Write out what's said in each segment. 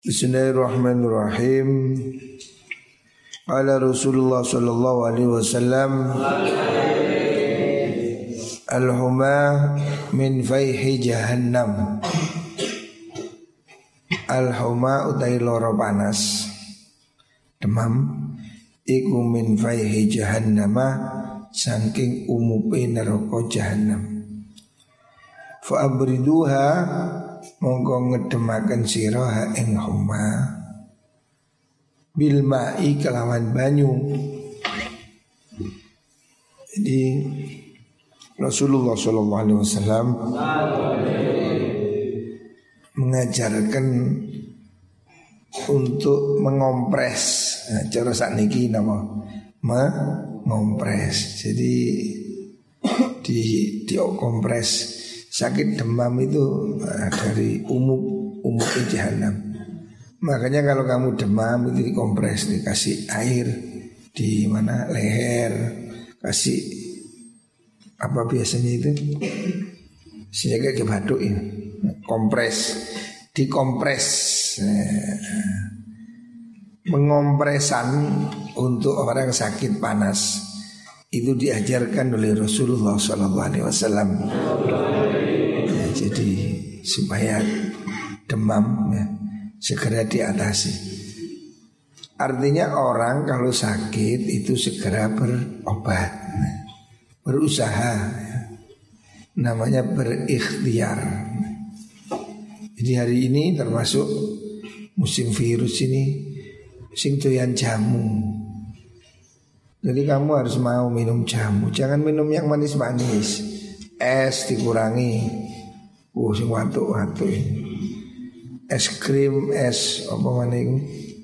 Bismillahirrahmanirrahim. Qala Rasulullah sallallahu alaihi wasallam, al-huma min fayhi jahannam. Al-huma utai loro panas, demam, iku min fayhi jahannama, saking umupe neraka jahannam. Fa abriduha, mongko ngedemaken sira ing huma bil ma'i kelawan banyu. Jadi Rasulullah sallallahu alaihi wasallam mengajarkan untuk mengompres. Nah, cara sakniki nama mengompres. Jadi diompres. Sakit demam itu dari umum jahannam. Makanya kalau kamu demam itu dikompres, dikasih air di mana leher, kasih apa biasanya itu, sehingga kayak batuk ya, kompres, dikompres. Menkompresan untuk orang sakit panas itu diajarkan oleh Rasulullah SAW. Jadi supaya demam ya, segera diatasi. Artinya orang kalau sakit itu segera berobat, berusaha ya. Namanya berikhtiar. Jadi hari ini termasuk musim virus ini, sing doyan jamu. Jadi kamu harus mau minum jamu, jangan minum yang manis-manis. Es dikurangi. Sing watuk-watuk. Es krim, es apa mana itu?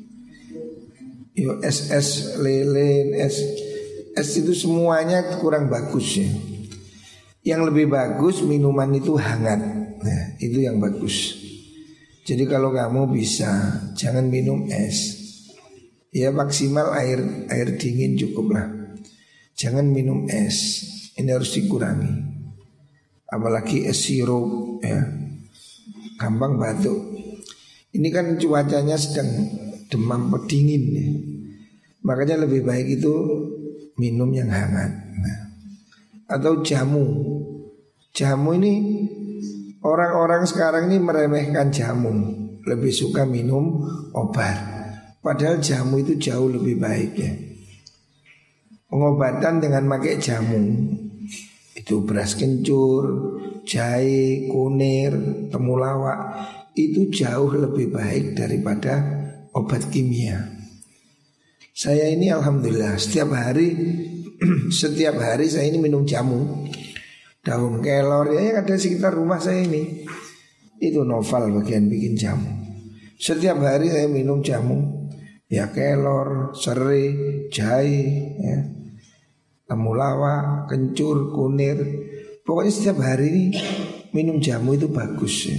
Yo es lele, es itu semuanya kurang bagus ya. Yang lebih bagus minuman itu hangat. Nah, itu yang bagus. Jadi kalau kamu bisa jangan minum es. Ya maksimal air dingin cukuplah. Jangan minum es. Ini harus dikurangi. Apalagi es sirup ya, gampang batuk. Ini kan cuacanya sedang demam dingin ya. Makanya lebih baik itu minum yang hangat. Nah, atau jamu. Jamu ini orang-orang sekarang ini meremehkan jamu, lebih suka minum obat. Padahal jamu itu jauh lebih baik ya. Pengobatan dengan pakai jamu itu beras kencur, jahe, kunir, temulawak itu jauh lebih baik daripada obat kimia. Saya ini alhamdulillah setiap hari saya ini minum jamu. Daun kelor ya yang ada di sekitar rumah saya ini. Itu novel bagian bikin jamu. Setiap hari saya minum jamu. Ya kelor, serai, jahe, ya, temulawak, kencur, kunir. Pokoknya setiap hari ini minum jamu itu bagus ya.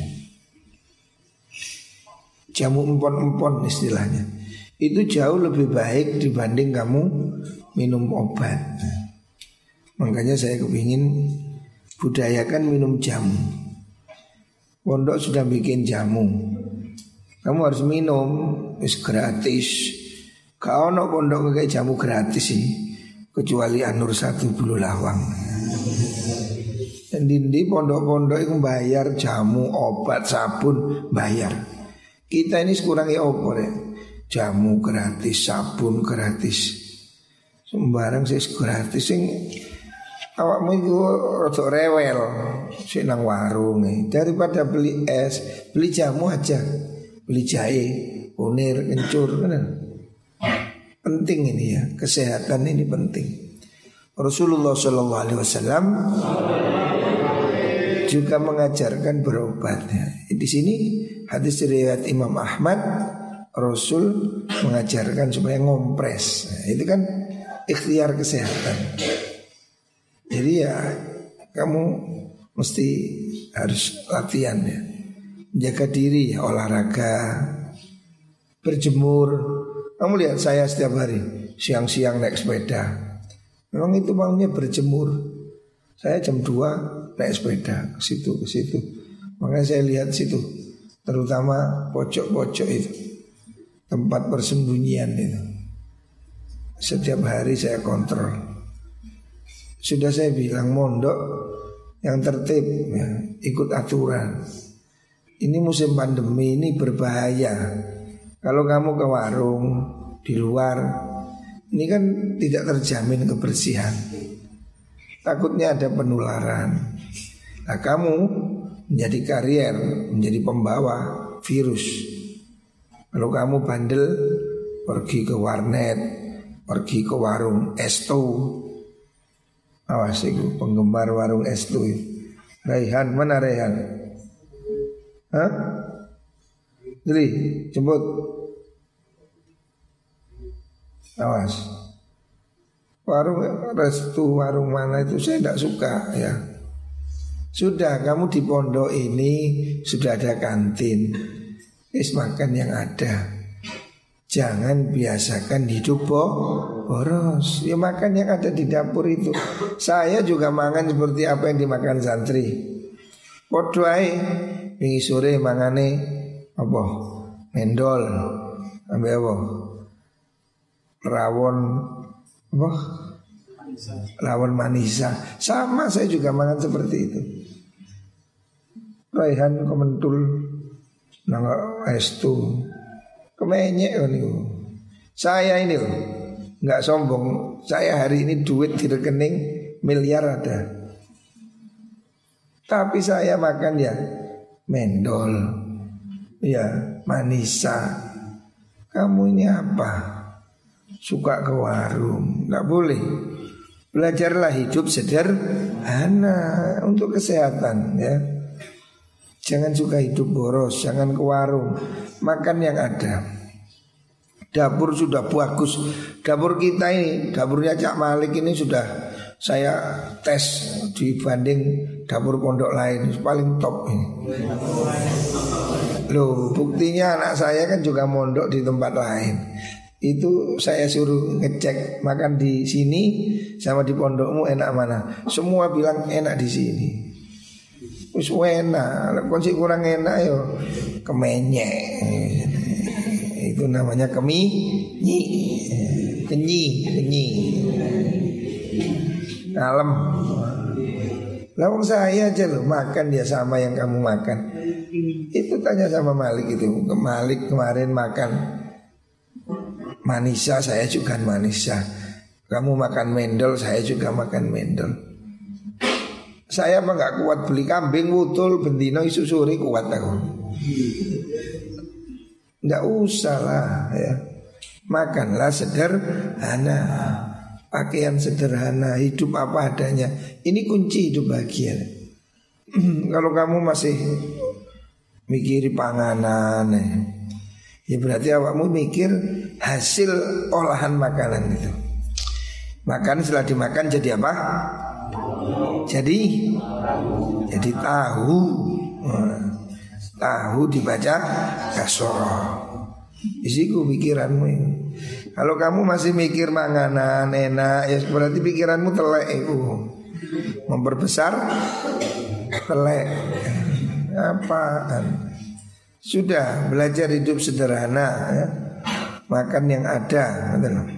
Jamu empon-empon istilahnya. Itu jauh lebih baik dibanding kamu minum obat. Makanya saya kepingin budayakan minum jamu. Pondok sudah bikin jamu. Kamu harus minum, is gratis. Kau no pondok kayak jamu gratis sih, kecuali Anur 1 Bulu Lawang. Dan di pondok-pondok itu bayar jamu, obat, sabun bayar. Kita ini sekurangi opor ya. Jamu gratis, sabun gratis, sembarang sih gratis. Sing awakmu itu rada rewel, sing nang warung daripada beli es, beli jamu aja. Beli jahe, kunir, kencur kan? Penting ini ya, kesehatan ini penting. Rasulullah Shallallahu Alaihi Wasallam juga mengajarkan berobatnya. Di sini hadis riwayat Imam Ahmad, Rasul mengajarkan supaya ngompres. Nah, itu kan ikhtiar kesehatan. Jadi ya kamu mesti harus latihan ya. Jaga diri ya, olahraga, berjemur. Kamu lihat saya setiap hari siang-siang naik sepeda. Memang itu maunya berjemur. Saya jam 2 naik sepeda ke situ. Makanya saya lihat situ terutama pojok-pojok itu, tempat persembunyian itu. Setiap hari saya kontrol. Sudah saya bilang mondok yang tertib ya, ikut aturan. Ini musim pandemi ini berbahaya. Kalau kamu ke warung di luar, ini kan tidak terjamin kebersihan. Takutnya ada penularan. Nah kamu menjadi karier, menjadi pembawa virus. Kalau kamu bandel, pergi ke warnet, pergi ke warung esto. Awas itu penggemar warung esto. Raihan, mana Raihan? Hah? Jadi jemput. Awas. Warung restu, warung mana itu saya tidak suka ya. Sudah kamu di pondok ini sudah ada kantin. Makan yang ada. Jangan biasakan hidup boros. Ya makan yang ada di dapur itu. Saya juga makan seperti apa yang dimakan santri. Podo ae wingi sore mangane apa? Mendol. Ambil apa? Rawon apa? Rawon manisa. Sama saya juga makan seperti itu. Raihan kementul nang estu. Kemenyek kan itu. Saya ini loh, nggak sombong. Saya hari ini duit di rekening miliar ada. Tapi saya makan ya mendol, ya manisa. Kamu ini apa? Suka ke warung? Nggak boleh. Belajarlah hidup sederhana untuk kesehatan ya. Jangan suka hidup boros, jangan ke warung. Makan yang ada. Dapur sudah bagus. Dapur kita ini, dapurnya Cak Malik ini sudah saya tes dibanding dapur pondok lain. Paling top ini. Loh, buktinya anak saya kan juga mondok di tempat lain. Itu saya suruh ngecek makan di sini sama di pondokmu enak mana. Semua bilang enak di sini. Wis enak, konsep kurang enak yo kemenyek. Itu namanya kenyi. Alam. Lawang saya aja loh makan dia sama yang kamu makan. Itu tanya sama Malik itu. Malik kemarin makan manisa, saya juga manisa. Kamu makan mendol, saya juga makan mendol. Saya mah gak kuat beli kambing wutul bendino isu sore kuat aku. Nggak usah lah ya. Makanlah sederhana, pakaian sederhana, hidup apa adanya. Ini kunci hidup bahagia. Kalau kamu masih mikiri panganan ya berarti awakmu mikir hasil olahan makanan itu. Makan setelah dimakan jadi apa? Jadi tahu. Tahu dibaca kasoroh. Isiku pikiranmu ini. Kalau kamu masih mikir manganan enak, ya berarti pikiranmu telek itu. Memperbesar telek. Apaan? Sudah belajar hidup sederhana ya. Makan yang ada.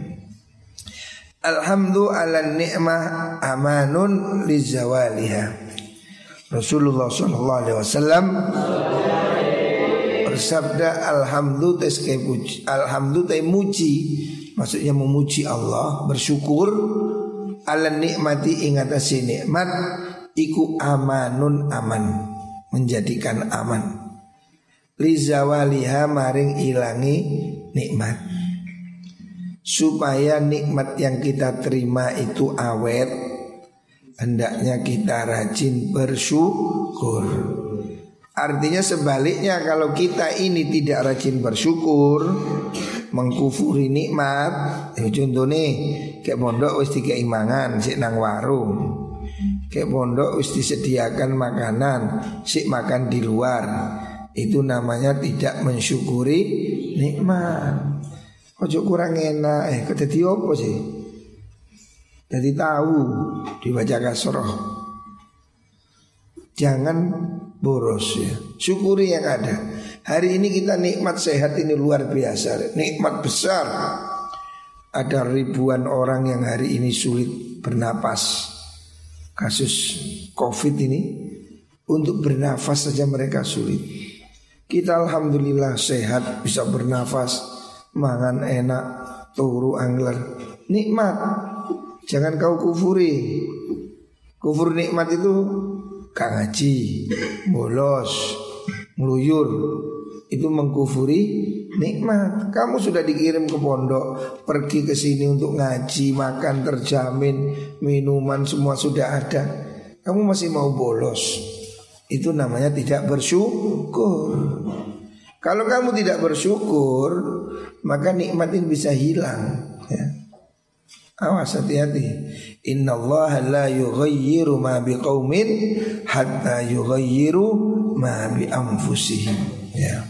Alhamdulillah ni'mah amanun lizawaliha. Rasulullah sallallahu alaihi wasallam bersabda alhamdulillah muji, maksudnya memuji Allah, bersyukur ala nikmati ingatasi nikmat iku amanun aman, menjadikan aman lizawaliha maring ilangi nikmat, supaya nikmat yang kita terima itu awet. Hendaknya kita rajin bersyukur. Artinya sebaliknya, kalau kita ini tidak rajin bersyukur, mengkufuri nikmat, contohnya kayak pondok wis dikei mangan sik nang warung, kayak pondok wis disediakan makanan sik makan di luar, itu namanya tidak mensyukuri nikmat. Ojo kurang enak, kok dadi opo sih? Jadi tahu dibaca kasroh. Jangan boros ya. Syukuri yang ada. Hari ini kita nikmat sehat ini luar biasa, nikmat besar. Ada ribuan orang yang hari ini sulit bernapas. Kasus COVID ini, untuk bernafas saja mereka sulit. Kita alhamdulillah sehat, bisa bernafas, mangan enak, turu angler, nikmat. Jangan kau kufuri. Kufur nikmat itu gak ngaji, bolos, ngeluyur, itu mengkufuri nikmat. Kamu sudah dikirim ke pondok, pergi ke sini untuk ngaji, makan terjamin, minuman semua sudah ada. Kamu masih mau bolos. Itu namanya tidak bersyukur. Kalau kamu tidak bersyukur, maka nikmat ini bisa hilang, ya. Awas, hati-hati. Innallaha la yughayyiru ma biqaumin hatta yughayyiru ma bi anfusihim, ya.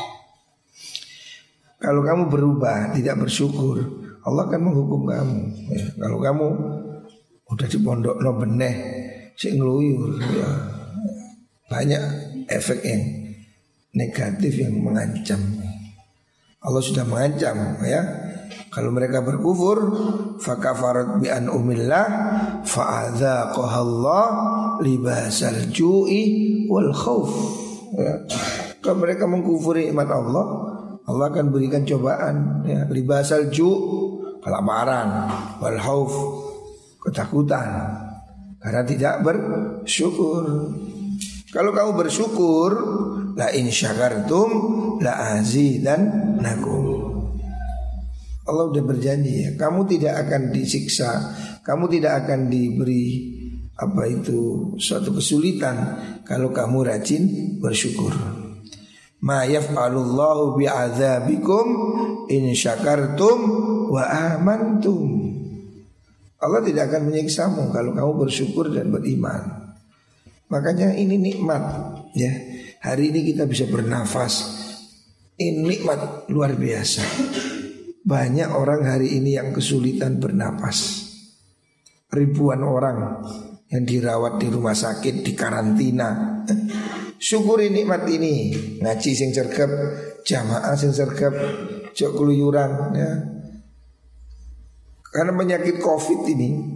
Kalau kamu berubah, tidak bersyukur, Allah akan menghukum kamu, ya. Kalau kamu udah di pondok no beneh sing ngluyur, ya, banyak efek yang negatif yang mengancam. Allah sudah mengancam, ya. Kalau mereka berkufur, fakafarat bi an'umillah fa'adzaqahallah libasal ju'i wal khauf, ya. Kalau mereka mengkufuri nikmat Allah, Allah akan berikan cobaan, ya. Libasal ju', kelaparan, wal khauf, ketakutan, karena tidak bersyukur. Kalau kamu bersyukur, la in syakartum la azidannakum. Allah sudah berjanji, ya, kamu tidak akan disiksa, kamu tidak akan diberi suatu kesulitan kalau kamu rajin bersyukur. Ma yaf'alullahu bi'adzabikum in syakartum wa amantum. Allah tidak akan menyiksamu kalau kamu bersyukur dan beriman. Makanya ini nikmat, ya. Hari ini kita bisa bernafas. Ini nikmat luar biasa. Banyak orang hari ini yang kesulitan bernapas. Ribuan orang yang dirawat di rumah sakit, di karantina. Syukuri nikmat ini. Ngaji sing sergap, jamaah sing sergap, jok keluyuran, ya. Karena penyakit COVID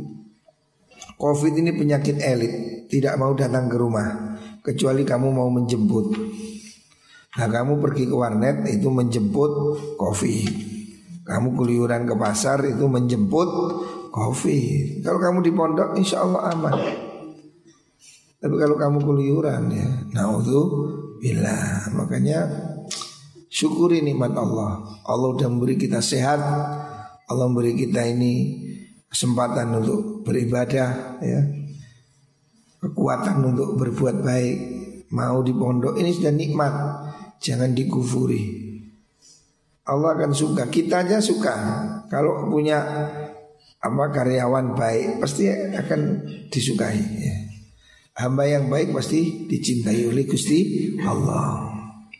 ini penyakit elit, tidak mau datang ke rumah kecuali kamu mau menjemput. Nah, kamu pergi ke warnet itu menjemput COVID. Kamu keluyuran ke pasar itu menjemput COVID. Kalau kamu di pondok insya Allah aman. Tapi kalau kamu keluyuran, ya, naudzubillah. Makanya syukuri nikmat Allah. Allah sudah memberi kita sehat. Allah memberi kita ini kesempatan untuk beribadah, ya, kekuatan untuk berbuat baik. Mau di pondok ini sudah nikmat, jangan dikufuri. Allah akan suka, kita aja suka. Kalau punya karyawan baik pasti akan disukai, ya. Hamba yang baik pasti dicintai oleh Gusti Allah.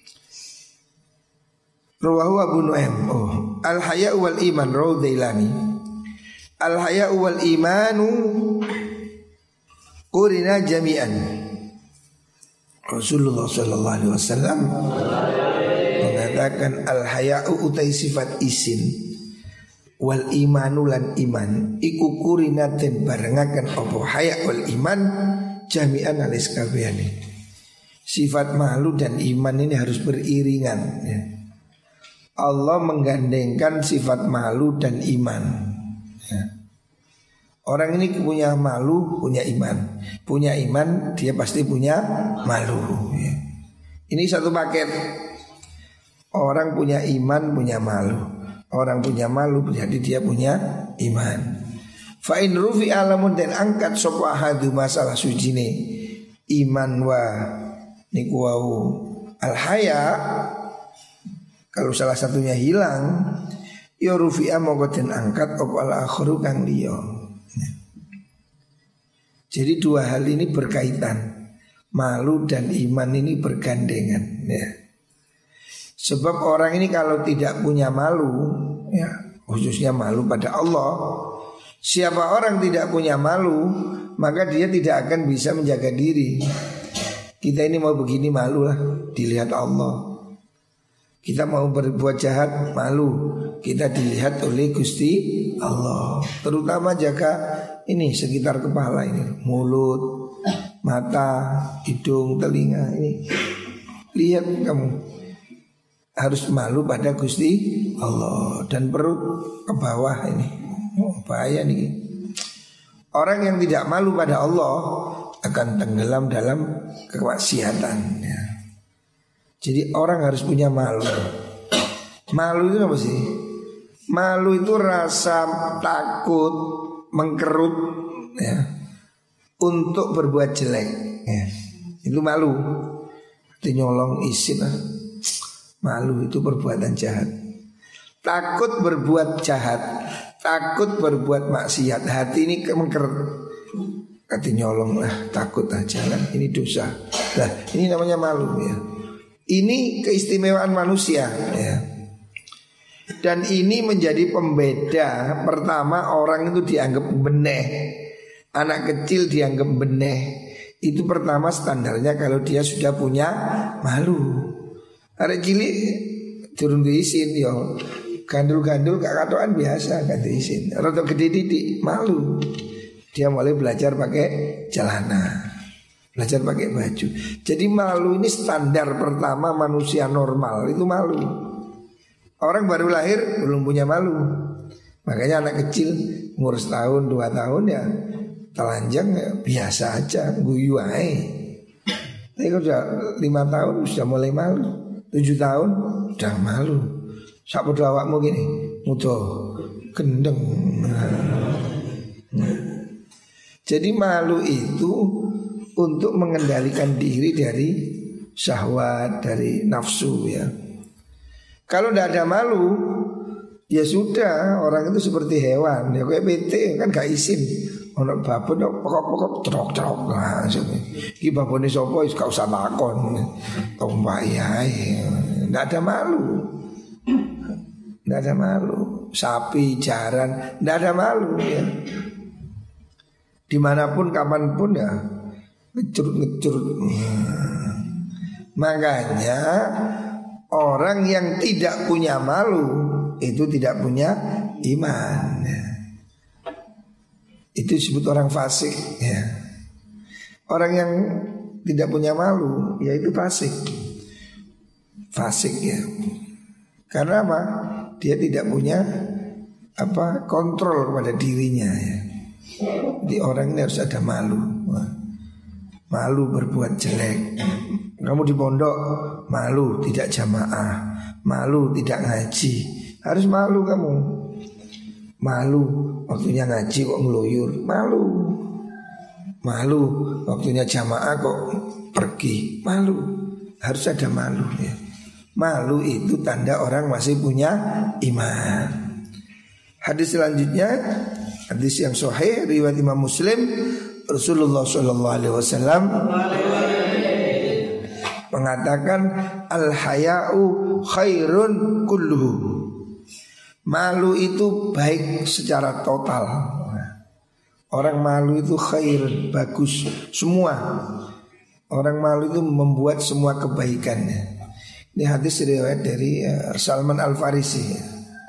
Rawahu Abu Nu'aim. Al-haya'u wal iman rawu Dailami. Al-haya'u wal imanu qurina jami'an. Rasulullah sallallahu alaihi wasallam mengatakan al-haya'u utai sifat isin wal imanu lan iman iku kurinaten barengaken apa haya' wal iman jami'an alis kabehane. Sifat malu dan iman ini harus beriringan, ya. Allah menggandengkan sifat malu dan iman, ya. Orang ini punya malu, punya iman. Punya iman, dia pasti punya malu, ya. Ini satu paket. Orang punya iman, punya malu. Orang punya malu, jadi dia punya iman. Fa in rufi alamun dan angkat sapa hadu masalah sujine iman wa niku wau al haya. Kalau salah satunya hilang, ya rufi'a mongko den angkat apa al akhiru kang liya. Jadi dua hal ini berkaitan. Malu dan iman ini bergandengan, ya. Sebab orang ini kalau tidak punya malu, ya, khususnya malu pada Allah. Siapa orang tidak punya malu, maka dia tidak akan bisa menjaga diri. Kita ini mau begini malu lah, dilihat Allah. Kita mau berbuat jahat, malu. Kita dilihat oleh Gusti Allah. Terutama jaga ini sekitar kepala ini, mulut, mata, hidung, telinga ini. Lihat kamu harus malu pada Gusti Allah. Dan perut ke bawah ini, bahaya nih. Orang yang tidak malu pada Allah akan tenggelam dalam kemaksiatan ya. Jadi orang harus punya malu. Malu itu apa sih? Malu itu rasa takut, mengkerut ya, untuk berbuat jelek ya. Itu malu. Itu nyolong isin lah. Malu itu perbuatan jahat. Takut berbuat jahat, takut berbuat maksiat. Hati ini mengkerut. Hati nyolong lah, takut lah jalan, ini dosa. Nah ini namanya malu ya. Ini keistimewaan manusia ya. Dan ini menjadi pembeda. Pertama orang itu dianggap beneh. Anak kecil dianggap beneh. Itu pertama standarnya kalau dia sudah punya malu. Arek cilik turun diisin yo. Gandul-gandul gak katoan biasa gak diisin. Rada gede didik malu. Dia mulai belajar pakai celana, belajar pakai baju. Jadi malu ini standar pertama manusia normal itu malu. Orang baru lahir belum punya malu. Makanya anak kecil umur setahun 2 tahun ya telanjang ya, biasa aja, guyu ae. Tapi kalau sudah 5 tahun sudah mulai malu, 7 tahun udah malu. Sapu awakmu gini, mudah gendeng. Jadi malu itu untuk mengendalikan diri dari syahwat, dari nafsu ya. Kalau tidak ada malu, ya sudah, orang itu seperti hewan. Ya kayak PT kan gak izin. Ono babon pokok-pokok cerok-cerok lah. Iki babone sapa wis gak usah takon. Tombayae. Enggak ada malu. Enggak ada malu. Sapi, jaran, enggak ada malu ya. Dimanapun kapanpun ya ngecurut-ngecurut. Makanya orang yang tidak punya malu itu tidak punya iman ya. Itu disebut orang fasik ya. Orang yang tidak punya malu yaitu fasik. Fasik ya. Karena apa? Dia tidak punya kontrol kepada dirinya ya. Jadi orang ini harus ada malu. Malu berbuat jelek. Kamu di pondok malu tidak jamaah, malu tidak ngaji. Harus malu kamu. Malu waktunya ngaji kok ngeluyur, malu. Malu waktunya jamaah kok pergi, malu. Harus ada malu ya. Malu itu tanda orang masih punya iman. Hadis selanjutnya, hadis yang sahih riwayat Imam Muslim, Rasulullah sallallahu alaihi wasallam mengatakan al-haya'u khairun kulluhu. Malu itu baik secara total. Orang malu itu khairun, bagus semua. Orang malu itu membuat semua kebaikannya. Ini hadis riwayat dari Salman Al-Farisi.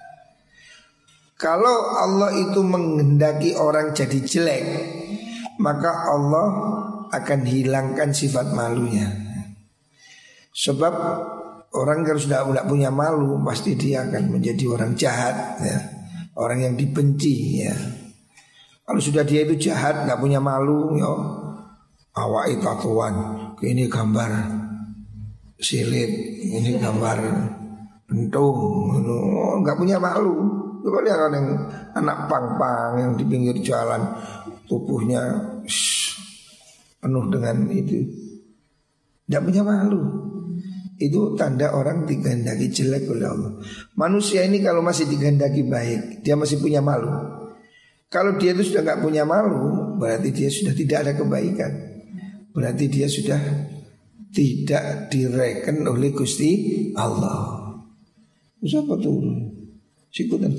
Kalau Allah itu menghendaki orang jadi jelek, maka Allah akan hilangkan sifat malunya. Sebab orang yang sudah tidak punya malu, pasti dia akan menjadi orang jahat ya. Orang yang dibenci ya. Kalau sudah dia itu jahat, nggak punya malu ya, awak tatuan, ini gambar silit, ini gambar bentung, nggak punya malu. Coba lihat orang yang anak pang-pang yang di pinggir jalan, tubuhnya penuh dengan itu, tidak punya malu. Itu tanda orang dikehendaki jelek oleh Allah. Manusia ini kalau masih dikehendaki baik, dia masih punya malu. Kalau dia itu sudah nggak punya malu, berarti dia sudah tidak ada kebaikan. Berarti dia sudah tidak direken oleh Gusti Allah. Siapa tuh? Sikutan.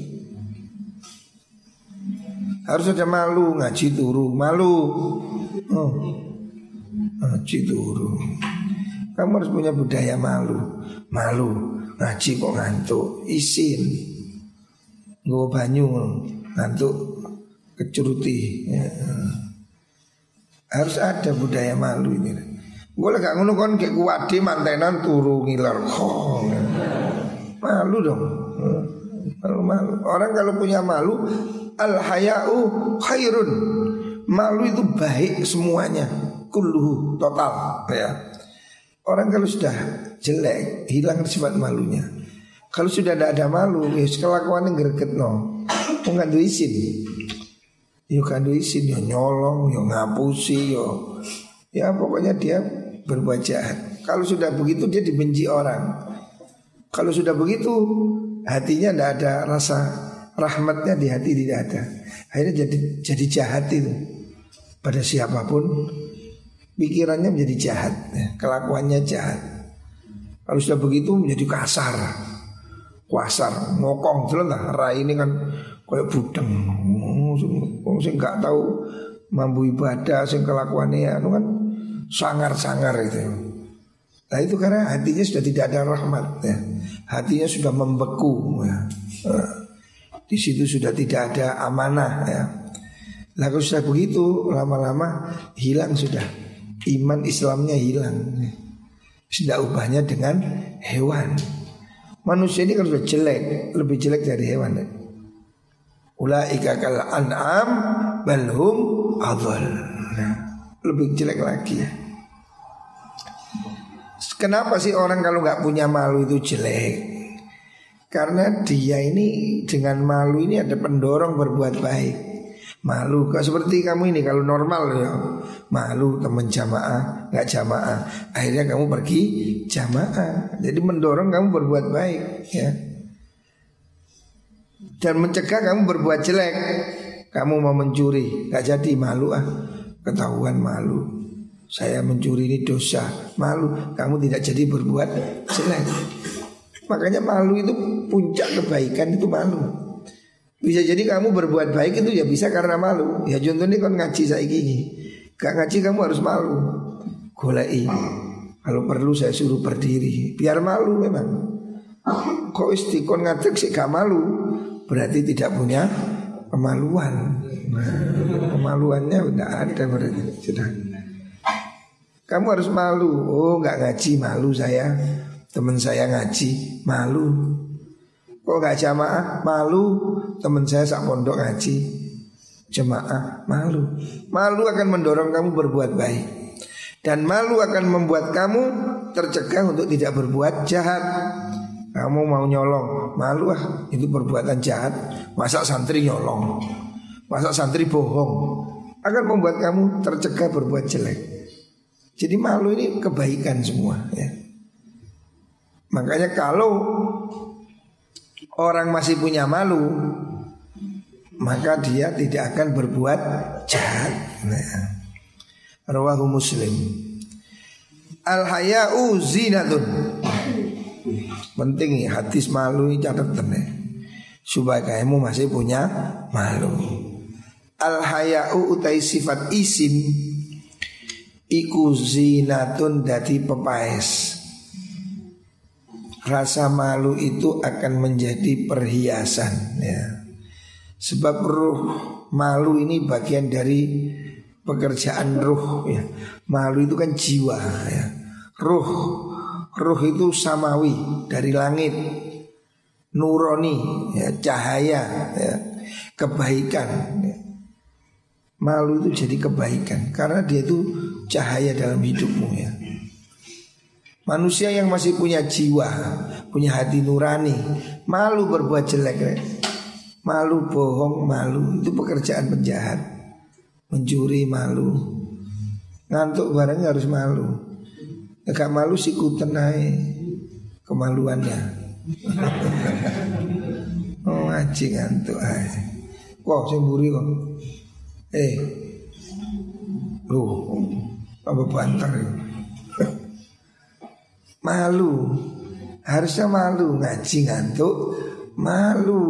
Harus ada malu, ngaji turu, malu. Ngaji turu. Kamu harus punya budaya malu. Malu ngaji kok ngantuk, isin. Nggo banyu ngantuk kecuruti. Ya. Harus ada budaya malu ini. Gue gak ngono kon kayak kuwade mantenan turu ngiler. Malu dong. Malu. Orang kalau punya malu, al haya'u khairun. Malu itu baik semuanya, kulluhu total ya. Orang kalau sudah jelek, hilang sifat malunya. Kalau sudah tidak ada malu, ya kelakuannya gregetno. Enggak duwe isin. Yo kan duwe isin, yo nyolong, yo ngapusi, yo ya pokoknya dia berbuat jahat. Kalau sudah begitu dia dibenci orang. Kalau sudah begitu hatinya tidak ada rasa rahmatnya, di hati tidak ada. Akhirnya jadi jahat itu. Pada siapapun pikirannya menjadi jahat ya. Kelakuannya jahat. Kalau sudah begitu menjadi kasar, ngokong. Jelas lah rai ini kan kayak budeng. Saya nggak tahu mampu ibadah, saya kelakuannya ya itu kan sangar itu. Nah itu karena hatinya sudah tidak ada rahmat ya. Hatinya sudah membeku ya. Di situ sudah tidak ada amanah ya. Lah kalau sudah begitu lama-lama hilang sudah, iman Islamnya hilang. Sudah ubahnya dengan hewan. Manusia ini kan sudah jelek, lebih jelek dari hewan. Ulaika kal an'am balhum adhal. Lebih jelek lagi ya. Kenapa sih orang kalau nggak punya malu itu jelek? Karena dia ini dengan malu ini ada pendorong berbuat baik. Malu, gak seperti kamu ini kalau normal ya malu teman jamaah, gak jamaah, akhirnya kamu pergi jamaah. Jadi mendorong kamu berbuat baik ya. Dan mencegah kamu berbuat jelek. Kamu mau mencuri, gak jadi malu ketahuan malu. Saya mencuri ini dosa, malu. Kamu tidak jadi berbuat jelek. Makanya malu itu puncak kebaikan itu malu. Bisa jadi kamu berbuat baik itu ya bisa karena malu. Ya contohnya kan ngaji saiki ini. Gak ngaji kamu harus malu. Golei. Kalau perlu saya suruh berdiri. Biar malu memang. Kok istikon ngadeg sih gak malu, berarti tidak punya kemaluan. Nah, kemaluannya udah ada berarti. Sudah. Kamu harus malu. Oh gak ngaji malu saya. Teman saya ngaji malu. Kok gak jamaah malu. Teman saya sak pondok ngaji jemaah malu. Malu akan mendorong kamu berbuat baik. Dan malu akan membuat kamu tercegah untuk tidak berbuat jahat. Kamu mau nyolong, malu itu perbuatan jahat. Masa santri nyolong, masa santri bohong, akan membuat kamu tercegah berbuat jelek. Jadi malu ini kebaikan semua ya. Makanya kalau orang masih punya malu, maka dia tidak akan berbuat jahat. Nah, rawahu Muslim. Al haya'u zinatun. Penting ya hadis malu ini catatan ya. Supaya kamu masih punya malu. Al haya'u utai sifat isin iku zinatun dadi pepaes. Rasa malu itu akan menjadi perhiasan ya. Sebab ruh malu ini bagian dari pekerjaan ruh ya. Malu itu kan jiwa ya. Ruh itu samawi, dari langit, nuroni ya, cahaya ya, kebaikan ya. Malu itu jadi kebaikan karena dia itu cahaya dalam hidupmu ya. Manusia yang masih punya jiwa, punya hati nurani, malu berbuat jelek ya. Malu bohong, malu itu pekerjaan penjahat. Mencuri malu, ngantuk bareng harus malu. Gak malu sikutan aja kemaluannya. Oh ngaji ngantuk aja. Kok saya buri kok. Apa bantar ya. Malu. Harusnya malu. Ngaji ngantuk malu.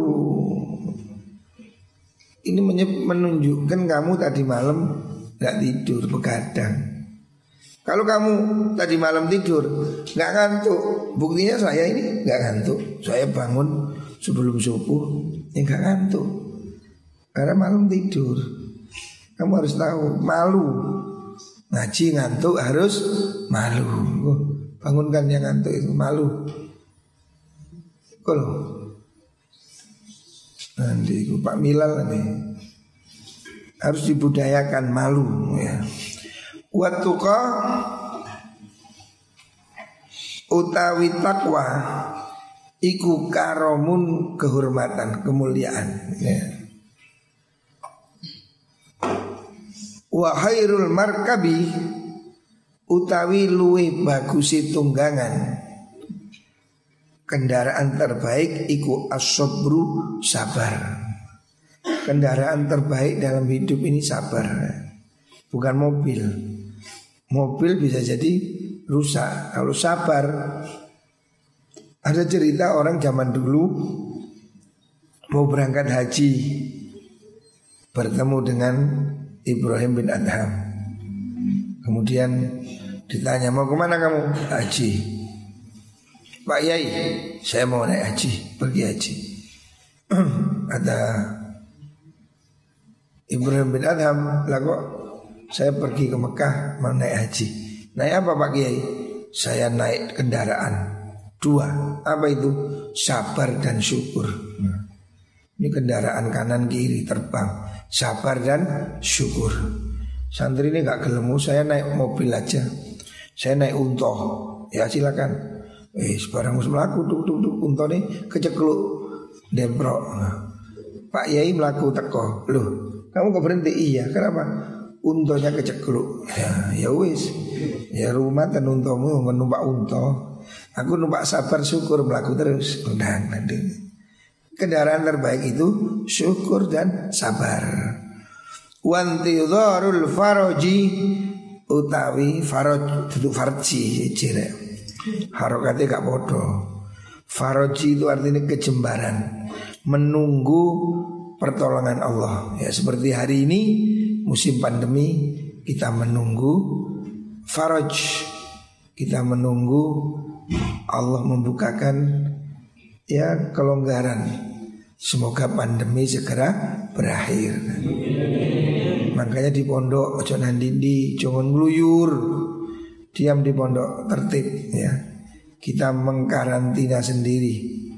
Ini menunjukkan kamu tadi malam gak tidur, begadang. Kalau kamu tadi malam tidur nggak ngantuk, buktinya saya ini nggak ngantuk. Saya bangun sebelum subuh, ya nggak ngantuk karena malam tidur. Kamu harus tahu, malu. Ngaji ngantuk harus malu. Bangunkan yang ngantuk itu malu. Kalau nanti Pak Milal nanti harus dibudayakan malu ya. Watuqa utawi takwa iku karomun kehormatan, kemuliaan ya. Wa khairul markabi utawi luwih bagusi tunggangan, kendaraan terbaik iku as-sabru, sabar. Kendaraan terbaik dalam hidup ini sabar, bukan mobil. Mobil bisa jadi rusak. Kalau sabar, ada cerita orang zaman dulu mau berangkat haji, bertemu dengan Ibrahim bin Adham. Kemudian ditanya, mau kemana kamu? Haji. Pak Yai, saya mau naik haji, pergi haji. Ada Ibrahim bin Adham, lah kok saya pergi ke Mekah mau naik haji. Naik apa Pak Kiai? Saya naik kendaraan 2. Apa itu? Sabar dan syukur. Ini kendaraan kanan kiri terbang, sabar dan syukur. Santri ini gak gelemu, saya naik mobil aja. Saya naik unta. Ya silakan. Sebarang melaku tuk unta ini kecekluk demprok. Pak Yai melaku teko. Loh, kamu kok berhenti? Iya, kenapa? Untonya kecekluk. Ya wis. Ya rumah dan untomu numpak unta. Aku numpak sabar syukur melaku terus. Nanti. Kendaraan terbaik itu syukur dan sabar. Wantidharul faraji utawi faraj itu farji jere. Harokatnya gak bodoh. Faraji itu artinya kejembaran, menunggu pertolongan Allah. Ya seperti hari ini musim pandemi, kita menunggu faraj, kita menunggu Allah membukakan ya kelonggaran. Semoga pandemi segera berakhir. Makanya di pondok ojo nandindi, jangan ngluyur. Diam di pondok tertib ya. Kita mengkarantina sendiri.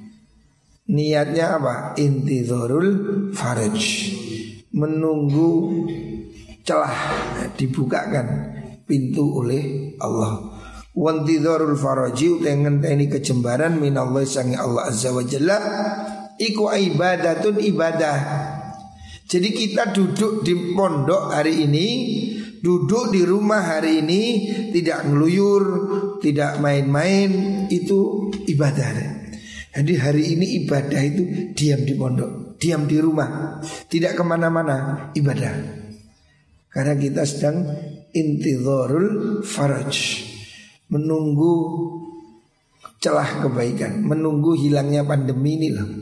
Niatnya apa? Intidharul faraj, menunggu celah dibukakan pintu oleh Allah. Wantidharul faraji ngenteni kejembaran minallah sangi Allah azza wa jalla iku ibadatun, ibadah. Jadi kita duduk di pondok hari ini, duduk di rumah hari ini, tidak ngeluyur, tidak main-main, itu ibadah. Jadi hari ini ibadah itu diam di pondok, diam di rumah, tidak kemana-mana, ibadah. Karena kita sedang intidharul faraj, menunggu celah kebaikan, menunggu hilangnya pandemi ini loh.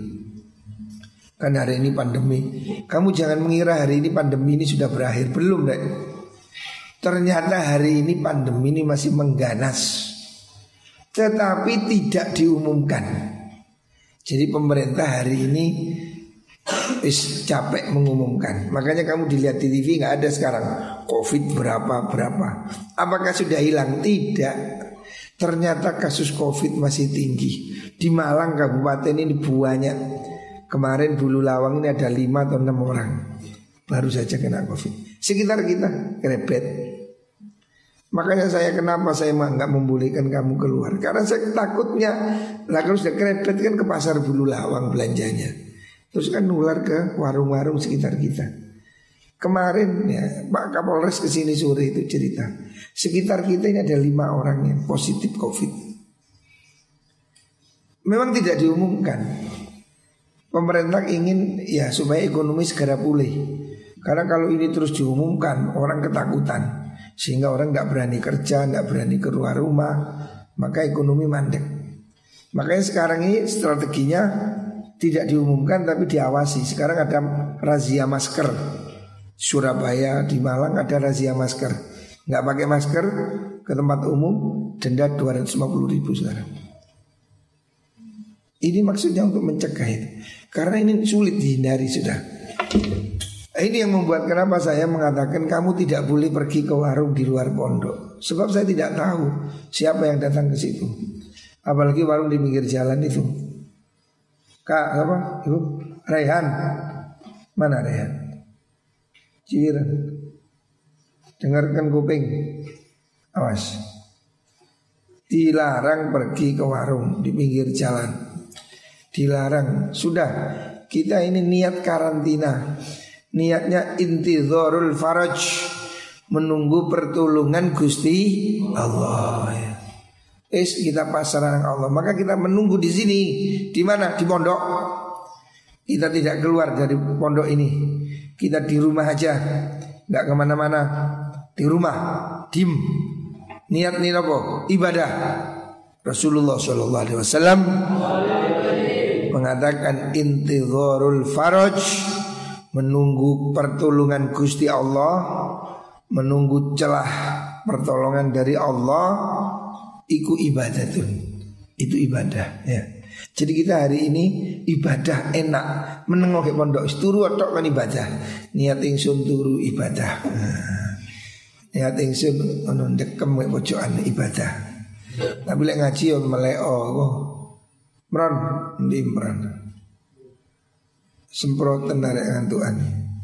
Kan hari ini pandemi, kamu jangan mengira hari ini pandemi ini sudah berakhir, belum deh. Ternyata hari ini pandemi ini masih mengganas, tetapi tidak diumumkan. Jadi pemerintah hari ini capek mengumumkan. Makanya kamu dilihat di TV nggak ada sekarang COVID berapa. Apakah sudah hilang? Tidak. Ternyata kasus COVID masih tinggi. Di Malang kabupaten ini banyak. Kemarin Bulu Lawang ini ada 5 atau 6 orang baru saja kena COVID. Sekitar kita krebet. Makanya kenapa saya nggak membolehkan kamu keluar? Karena saya takutnya, lah kalau sudah krebet kan ke pasar Bulu Lawang belanjanya, terus kan nular ke warung-warung sekitar kita. Kemarin ya Pak Kapolres kesini sore itu cerita, sekitar kita ini ada 5 orang yang positif COVID. Memang tidak diumumkan. Pemerintah ingin ya supaya ekonomi segera pulih. Karena kalau ini terus diumumkan, orang ketakutan, sehingga orang nggak berani kerja, nggak berani keluar rumah, maka ekonomi mandek. Makanya sekarang ini strateginya tidak diumumkan tapi diawasi. Sekarang ada razia masker. Surabaya, di Malang ada razia masker. Nggak pakai masker ke tempat umum denda 250.000 sekarang. Ini maksudnya untuk mencegah itu. Karena ini sulit dihindari sudah. Ini yang membuat kenapa saya mengatakan kamu tidak boleh pergi ke warung di luar pondok. Sebab saya tidak tahu siapa yang datang ke situ. Apalagi warung di pinggir jalan itu. Kak apa? Ibu Raihan. Mana Raihan? Ciran. Dengarkan kuping. Awas. Dilarang pergi ke warung di pinggir jalan. Dilarang. Sudah, kita ini niat karantina. Niatnya intizarul faraj, menunggu pertolongan Gusti Allah. Kita pasrah Allah. Maka kita menunggu di sini. Di mana? Di pondok. Kita tidak keluar dari pondok ini. Kita di rumah aja, nggak kemana-mana. Di rumah, dim. Niat nih apa? Ibadah. Rasulullah SAW mengatakan intizarul faraj, menunggu pertolongan Gusti Allah, menunggu celah pertolongan dari Allah, iku ibadatun. Itu ibadah ya. Jadi kita hari ini ibadah enak, menengok ke pondok turu tok kan ibadah. Niat ingsun turu ibadah. Niat ingsun ono ndekem ke pojokan ibadah. Tapi lek ngaji yo meleo kok. Mron ndi mron. Semprotan arek ngantukan.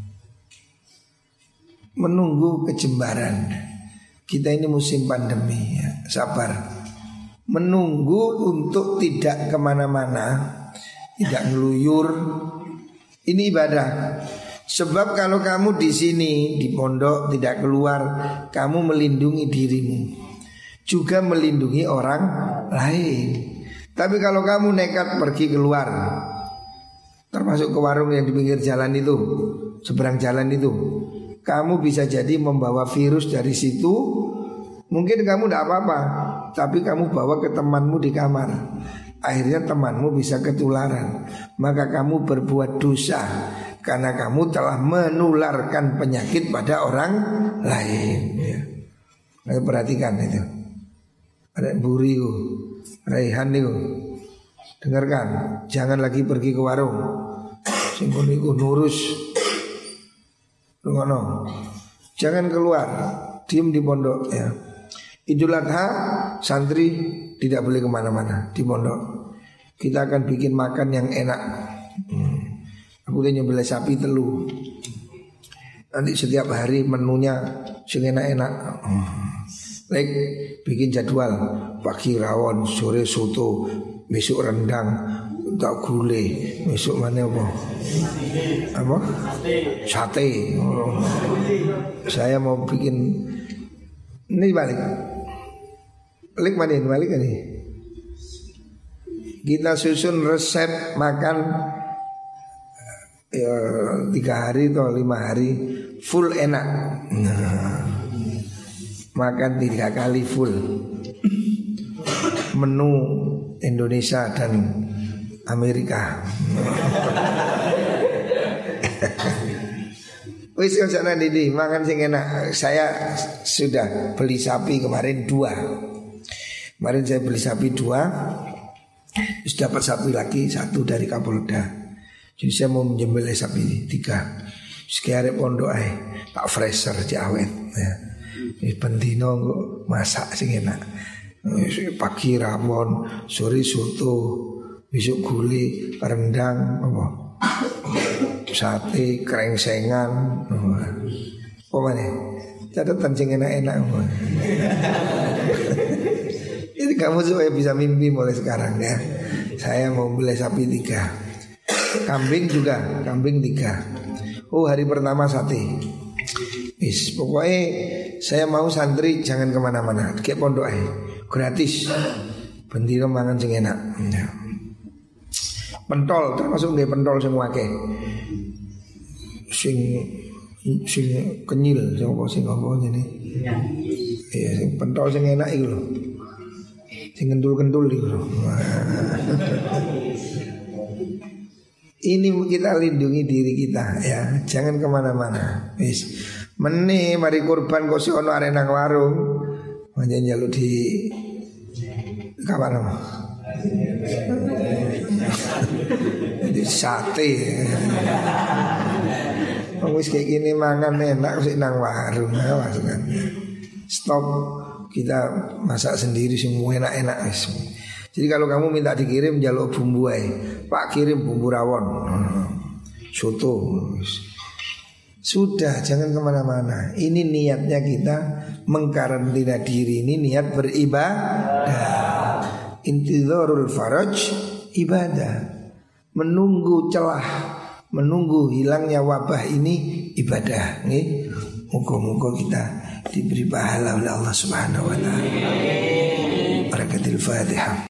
Menunggu kejembaran. Kita ini musim pandemi ya, sabar. Menunggu untuk tidak kemana-mana, tidak ngeluyur. Ini ibadah. Sebab kalau kamu di sini di pondok tidak keluar, kamu melindungi dirimu, juga melindungi orang lain. Tapi kalau kamu nekat pergi keluar, termasuk ke warung yang di pinggir jalan itu, seberang jalan itu, kamu bisa jadi membawa virus dari situ. Mungkin kamu tidak apa-apa, tapi kamu bawa ke temanmu di kamar. Akhirnya temanmu bisa ketularan. Maka kamu berbuat dosa, karena kamu telah menularkan penyakit pada orang lain ya. Ayo perhatikan itu. Ada buri, Raihan itu. Dengarkan, jangan lagi pergi ke warung. Singkun iku nurus. Ngono. Jangan keluar, diam di pondok ya. Idul Adha santri tidak boleh kemana-mana di pondok. Kita akan bikin makan yang enak. Aku udah nyembelih sapi telu. Nanti setiap hari menunya sing enak-enak. Like bikin jadwal, pagi rawon, sore soto, besok rendang, tak gulai, besok mana apa? Apa? Sate. Saya mau bikin ini balik. Balik mana ini? Balik ini. Kita susun resep makan ya, 3 hari atau 5 hari full enak. Makan 3 kali full. Menu Indonesia dan Amerika. Wis sana Didi makan sing enak. Saya sudah beli sapi kemarin 2. Kemarin saya beli sapi 2. Terus dapat sapi lagi 1 dari Kapolda. Jadi saya mau menyembelih sapi ini 3. Sekian pondok tak fresher di awet ya. Ini pendino kok masak sing enak. Pagi rawon, sore soto, besok gulai, rendang, apa? Sate, krengsengan. Apa mana? Catatan sing enak-enak. Jadi kamu supaya bisa mimpi mulai sekarang ya. Saya mau beli sapi 3. Kambing juga, kambing 3. Oh hari pertama sate. Pokoknya saya mau santri jangan kemana-mana. Kayak pondok gratis. Bendino mangan sing enak. Pentol termasuk nggih pentol sing akeh. Sing kenyil sing apa jenenge? Iya sing pentol sing enak iku lho. Sing kentul-kentul iku lho. Ini kita lindungi diri kita ya. Jangan kemana-mana. Wis. Meni mari kurban kok si ono arek nang warung. Manjen jaluk di kapan apa? Di sate. Wis kayak gini mangan enak sih nang warung maksudnya. Stop kita masak sendiri semua enak-enak wis. Jadi kalau kamu minta dikirim jaluk bumbu ae. Pak kirim bumbu rawon. Soto. Sudah jangan kemana-mana. Ini niatnya kita mengkarantina diri, ini niat beribadah. Intidharul faraj ibadah. Menunggu celah, menunggu hilangnya wabah ini ibadah. Nih, moga-moga kita diberi pahala oleh Allah Subhanahu wa taala. Barakatul Fatihah.